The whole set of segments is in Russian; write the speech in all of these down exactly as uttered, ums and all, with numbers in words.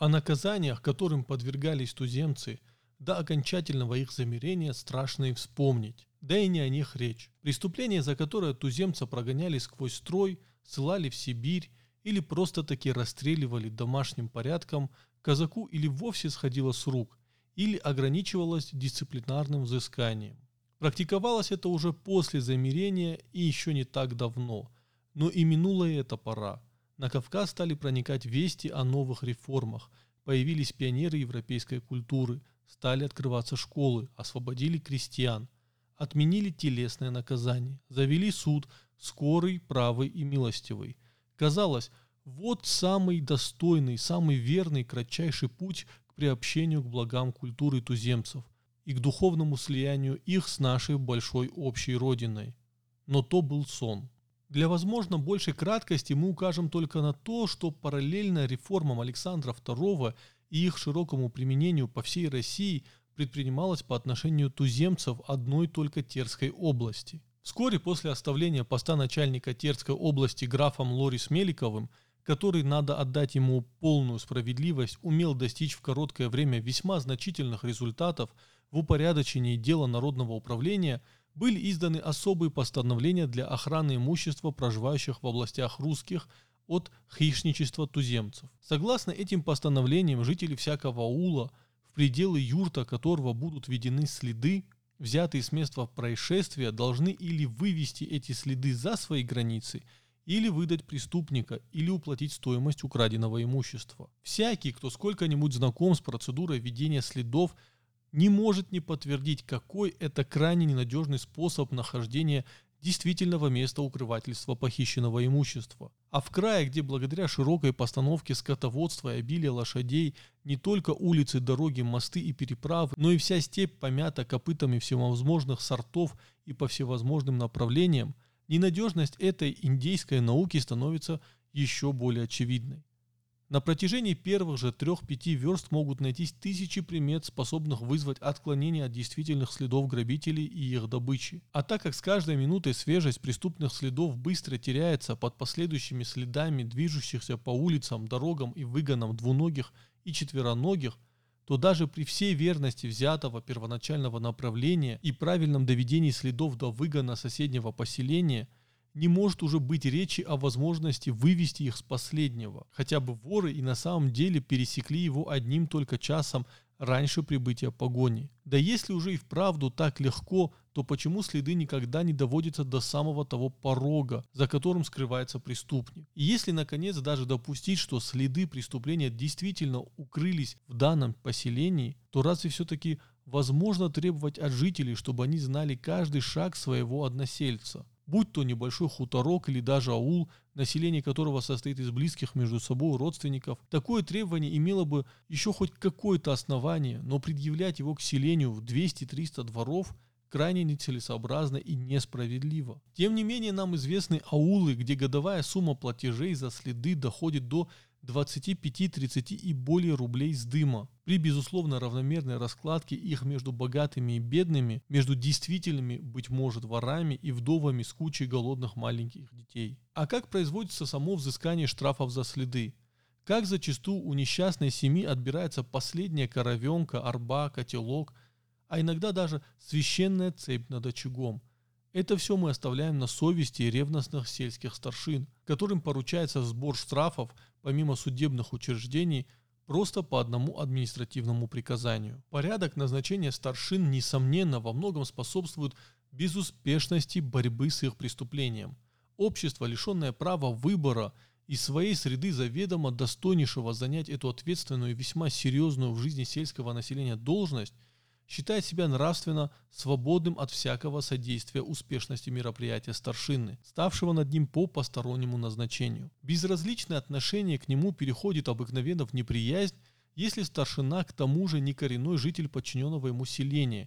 О наказаниях, которым подвергались туземцы, до окончательного их замирения страшно и вспомнить. Да и не о них речь. Преступления, за которое туземца прогоняли сквозь строй, ссылали в Сибирь или просто-таки расстреливали домашним порядком, казаку или вовсе сходило с рук, или ограничивалось дисциплинарным взысканием. Практиковалось это уже после замирения и еще не так давно, но и минула и эта пора. На Кавказ стали проникать вести о новых реформах, появились пионеры европейской культуры, стали открываться школы, освободили крестьян, отменили телесное наказание, завели суд, скорый, правый и милостивый. Казалось, вот самый достойный, самый верный, кратчайший путь к приобщению к благам культуры туземцев и к духовному слиянию их с нашей большой общей родиной. Но то был сон. Для, возможно, большей краткости мы укажем только на то, что параллельно реформам Александра второго и их широкому применению по всей России предпринималось по отношению туземцев одной только Терской области. Вскоре после оставления поста начальника Терской области графом Лорис Меликовым, который, надо отдать ему полную справедливость, умел достичь в короткое время весьма значительных результатов в упорядочении дела народного управления, были изданы особые постановления для охраны имущества проживающих в областях русских от хищничества туземцев. Согласно этим постановлениям, жители всякого аула, в пределы юрта которого будут введены следы, взятые с места происшествия, должны или вывести эти следы за свои границы, или выдать преступника, или уплатить стоимость украденного имущества. Всякий, кто сколько-нибудь знаком с процедурой ведения следов, не может не подтвердить, какой это крайне ненадежный способ нахождения действительного места укрывательства похищенного имущества. А в крае, где благодаря широкой постановке скотоводства и обилия лошадей не только улицы, дороги, мосты и переправы, но и вся степь помята копытами всевозможных сортов и по всевозможным направлениям, ненадежность этой индейской науки становится еще более очевидной. На протяжении первых же трех-пяти верст могут найтись тысячи примет, способных вызвать отклонение от действительных следов грабителей и их добычи. А так как с каждой минутой свежесть преступных следов быстро теряется под последующими следами движущихся по улицам, дорогам и выгонам двуногих и четвероногих, то даже при всей верности взятого первоначального направления и правильном доведении следов до выгона соседнего поселения не может уже быть речи о возможности вывести их с последнего, хотя бы воры и на самом деле пересекли его одним только часом раньше прибытия погони. Да если уже и вправду так легко, то почему следы никогда не доводятся до самого того порога, за которым скрывается преступник? И если наконец даже допустить, что следы преступления действительно укрылись в данном поселении, то разве все-таки возможно требовать от жителей, чтобы они знали каждый шаг своего односельца? Будь то небольшой хуторок или даже аул, население которого состоит из близких между собой родственников, такое требование имело бы еще хоть какое-то основание, но предъявлять его к селению в двести-триста дворов крайне нецелесообразно и несправедливо. Тем не менее, нам известны аулы, где годовая сумма платежей за следы доходит до двадцати пяти-тридцати и более рублей с дыма. При безусловно равномерной раскладке их между богатыми и бедными, между действительными, быть может, ворами и вдовами с кучей голодных маленьких детей. А как производится само взыскание штрафов за следы? Как зачастую у несчастной семьи отбирается последняя коровенка, арба, котелок, а иногда даже священная цепь над очагом. Это все мы оставляем на совести ревностных сельских старшин, которым поручается сбор штрафов, помимо судебных учреждений, просто по одному административному приказанию. Порядок назначения старшин, несомненно, во многом способствует безуспешности борьбы с их преступлением. Общество, лишенное права выбора и своей среды заведомо достойнейшего занять эту ответственную и весьма серьезную в жизни сельского населения должность, считает себя нравственно свободным от всякого содействия успешности мероприятия старшины, ставшего над ним по постороннему назначению. Безразличное отношение к нему переходит обыкновенно в неприязнь, если старшина к тому же не коренной житель подчиненного ему селения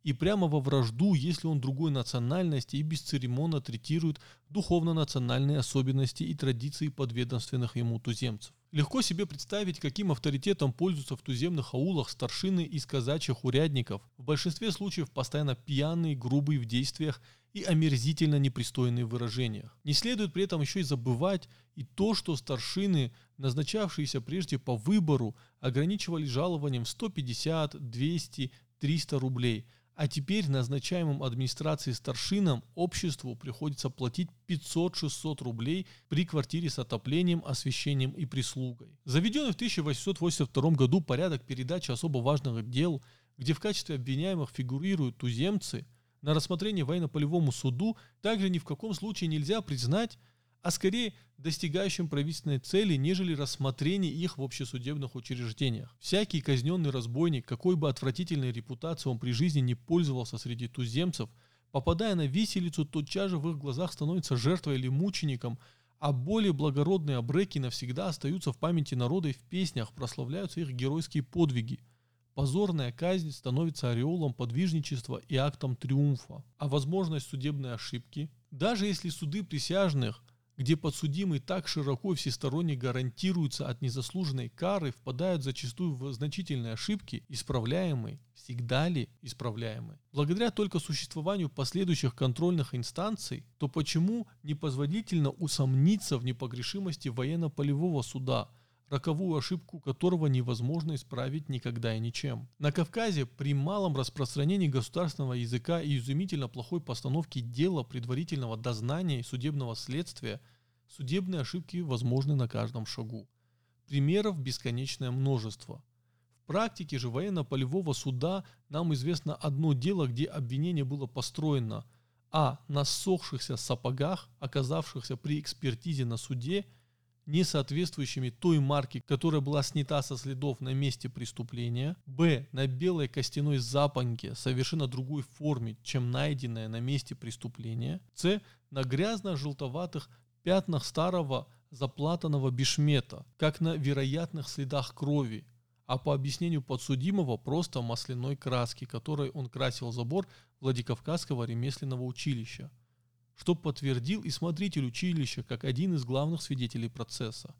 и прямо во вражду, если он другой национальности и бесцеремонно третирует духовно-национальные особенности и традиции подведомственных ему туземцев. Легко себе представить, каким авторитетом пользуются в туземных аулах старшины из казачьих урядников, в большинстве случаев постоянно пьяные, грубые в действиях и омерзительно непристойные в выражениях. Не следует при этом еще и забывать и то, что старшины, назначавшиеся прежде по выбору, ограничивали жалованием в сто пятьдесят, двести, триста рублей, а теперь назначаемым администрацией старшинам обществу приходится платить пятьсот-шестьсот рублей при квартире с отоплением, освещением и прислугой. Заведенный в тысяча восемьсот восемьдесят втором году порядок передачи особо важных дел, где в качестве обвиняемых фигурируют туземцы, на рассмотрение военно-полевому суду также ни в каком случае нельзя признать, а скорее достигающим правительственной цели, нежели рассмотрение их в общесудебных учреждениях. Всякий казненный разбойник, какой бы отвратительной репутацией он при жизни не пользовался среди туземцев, попадая на виселицу, тотчас же в их глазах становится жертвой или мучеником, а более благородные абреки навсегда остаются в памяти народа и в песнях прославляются их геройские подвиги. Позорная казнь становится ореолом подвижничества и актом триумфа. А возможность судебной ошибки, даже если суды присяжных, где подсудимый так широко и всесторонне гарантируется от незаслуженной кары, впадают зачастую в значительные ошибки, исправляемые, всегда ли исправляемые. Благодаря только существованию последующих контрольных инстанций, то почему непозволительно усомниться в непогрешимости военно-полевого суда, роковую ошибку которого невозможно исправить никогда и ничем. На Кавказе при малом распространении государственного языка и изумительно плохой постановке дела предварительного дознания и судебного следствия судебные ошибки возможны на каждом шагу. Примеров бесконечное множество. В практике же военно-полевого суда нам известно одно дело, где обвинение было построено а. на ссохшихся сапогах, оказавшихся при экспертизе на суде, не соответствующими той марке, которая была снята со следов на месте преступления, б. на белой костяной запонке совершенно другой форме, чем найденная на месте преступления, с. на грязно-желтоватых пятнах старого заплатанного бешмета, как на вероятных следах крови, а по объяснению подсудимого просто масляной краски, которой он красил забор Владикавказского ремесленного училища, что подтвердил и смотритель училища как один из главных свидетелей процесса.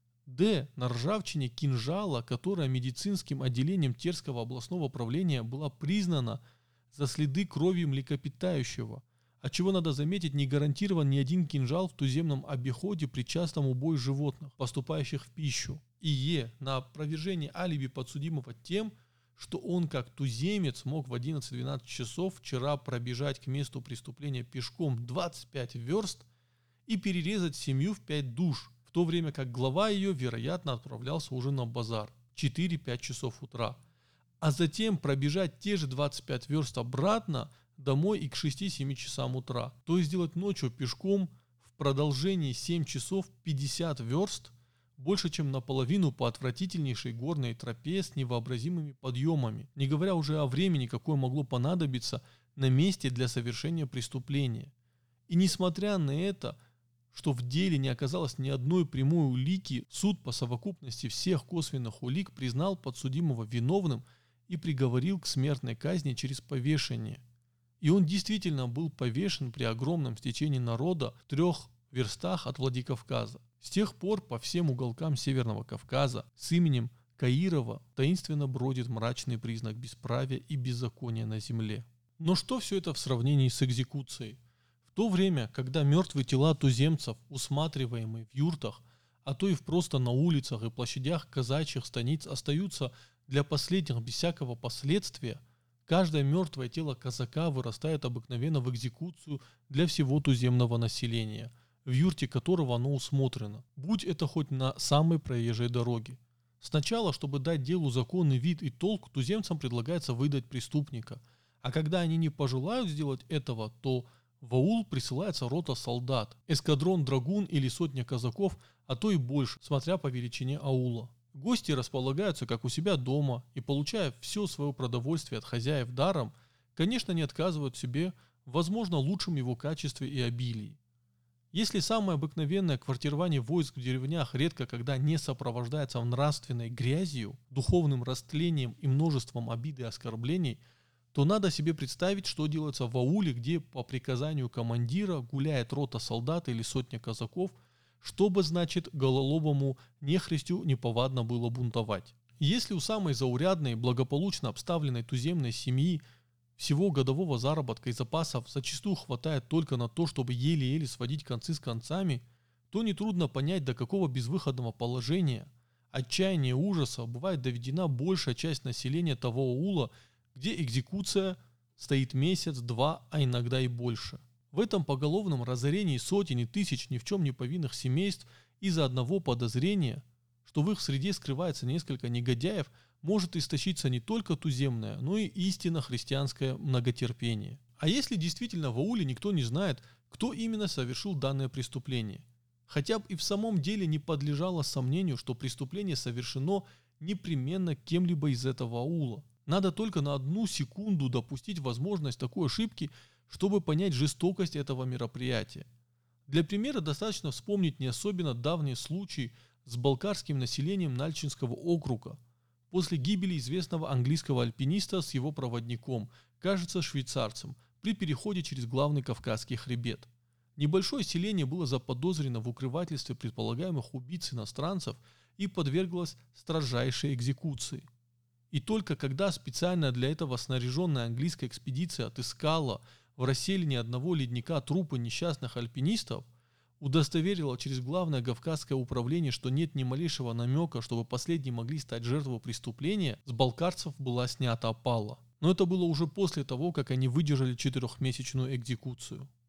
Д. На ржавчине кинжала, которая медицинским отделением Терского областного правления была признана за следы крови млекопитающего, отчего, надо заметить, не гарантирован ни один кинжал в туземном обиходе при частом убое животных, поступающих в пищу. И Е. На опровержение алиби подсудимого тем, что он как туземец мог в одиннадцать-двенадцать часов вчера пробежать к месту преступления пешком двадцать пять верст и перерезать семью в пять душ, в то время как глава ее, вероятно, отправлялся уже на базар четыре-пять часов утра, а затем пробежать те же двадцать пять верст обратно домой и к шести-семи часам утра, то есть сделать ночью пешком в продолжении семь часов пятьдесят верст, больше чем наполовину по отвратительнейшей горной тропе с невообразимыми подъемами, не говоря уже о времени, какое могло понадобиться на месте для совершения преступления. И несмотря на это, что в деле не оказалось ни одной прямой улики, суд по совокупности всех косвенных улик признал подсудимого виновным и приговорил к смертной казни через повешение. И он действительно был повешен при огромном стечении народа в трех верстах от Владикавказа. С тех пор по всем уголкам Северного Кавказа с именем Каирова таинственно бродит мрачный признак бесправия и беззакония на земле. Но что все это в сравнении с экзекуцией? В то время, когда мертвые тела туземцев, усматриваемые в юртах, а то и просто на улицах и площадях казачьих станиц, остаются для последних без всякого последствия, каждое мертвое тело казака вырастает обыкновенно в экзекуцию для всего туземного населения, в юрте которого оно усмотрено, будь это хоть на самой проезжей дороге. Сначала, чтобы дать делу законный вид и толк, туземцам предлагается выдать преступника, а когда они не пожелают сделать этого, то в аул присылается рота солдат, эскадрон драгун или сотня казаков, а то и больше, смотря по величине аула. Гости располагаются как у себя дома и, получая все свое продовольствие от хозяев даром, конечно, не отказывают себе в, возможно, лучшем его качестве и обилии. Если самое обыкновенное квартирование войск в деревнях редко когда не сопровождается нравственной грязью, духовным растлением и множеством обид и оскорблений, то надо себе представить, что делается в ауле, где по приказанию командира гуляет рота солдат или сотня казаков, чтобы, значит, гололобому нехристю неповадно было бунтовать. Если у самой заурядной, благополучно обставленной туземной семьи всего годового заработка и запасов зачастую хватает только на то, чтобы еле-еле сводить концы с концами, то нетрудно понять, до какого безвыходного положения, отчаяния и ужаса бывает доведена большая часть населения того аула, где экзекуция стоит месяц, два, а иногда и больше. В этом поголовном разорении сотен и тысяч ни в чем не повинных семейств из-за одного подозрения, что в их среде скрывается несколько негодяев, может истощиться не только туземное, но и истинно христианское многотерпение. А если действительно в ауле никто не знает, кто именно совершил данное преступление? Хотя бы и в самом деле не подлежало сомнению, что преступление совершено непременно кем-либо из этого аула. Надо только на одну секунду допустить возможность такой ошибки, чтобы понять жестокость этого мероприятия. Для примера достаточно вспомнить не особенно давний случай с балкарским населением Нальчинского округа после гибели известного английского альпиниста с его проводником, кажется швейцарцем, при переходе через главный Кавказский хребет. Небольшое селение было заподозрено в укрывательстве предполагаемых убийц иностранцев и подверглось строжайшей экзекуции. И только когда специально для этого снаряженная английская экспедиция отыскала в расселине одного ледника трупы несчастных альпинистов, удостоверила через главное Кавказское управление, что нет ни малейшего намека, чтобы последние могли стать жертвой преступления, с балкарцев была снята опала. Но это было уже после того, как они выдержали четырехмесячную экзекуцию.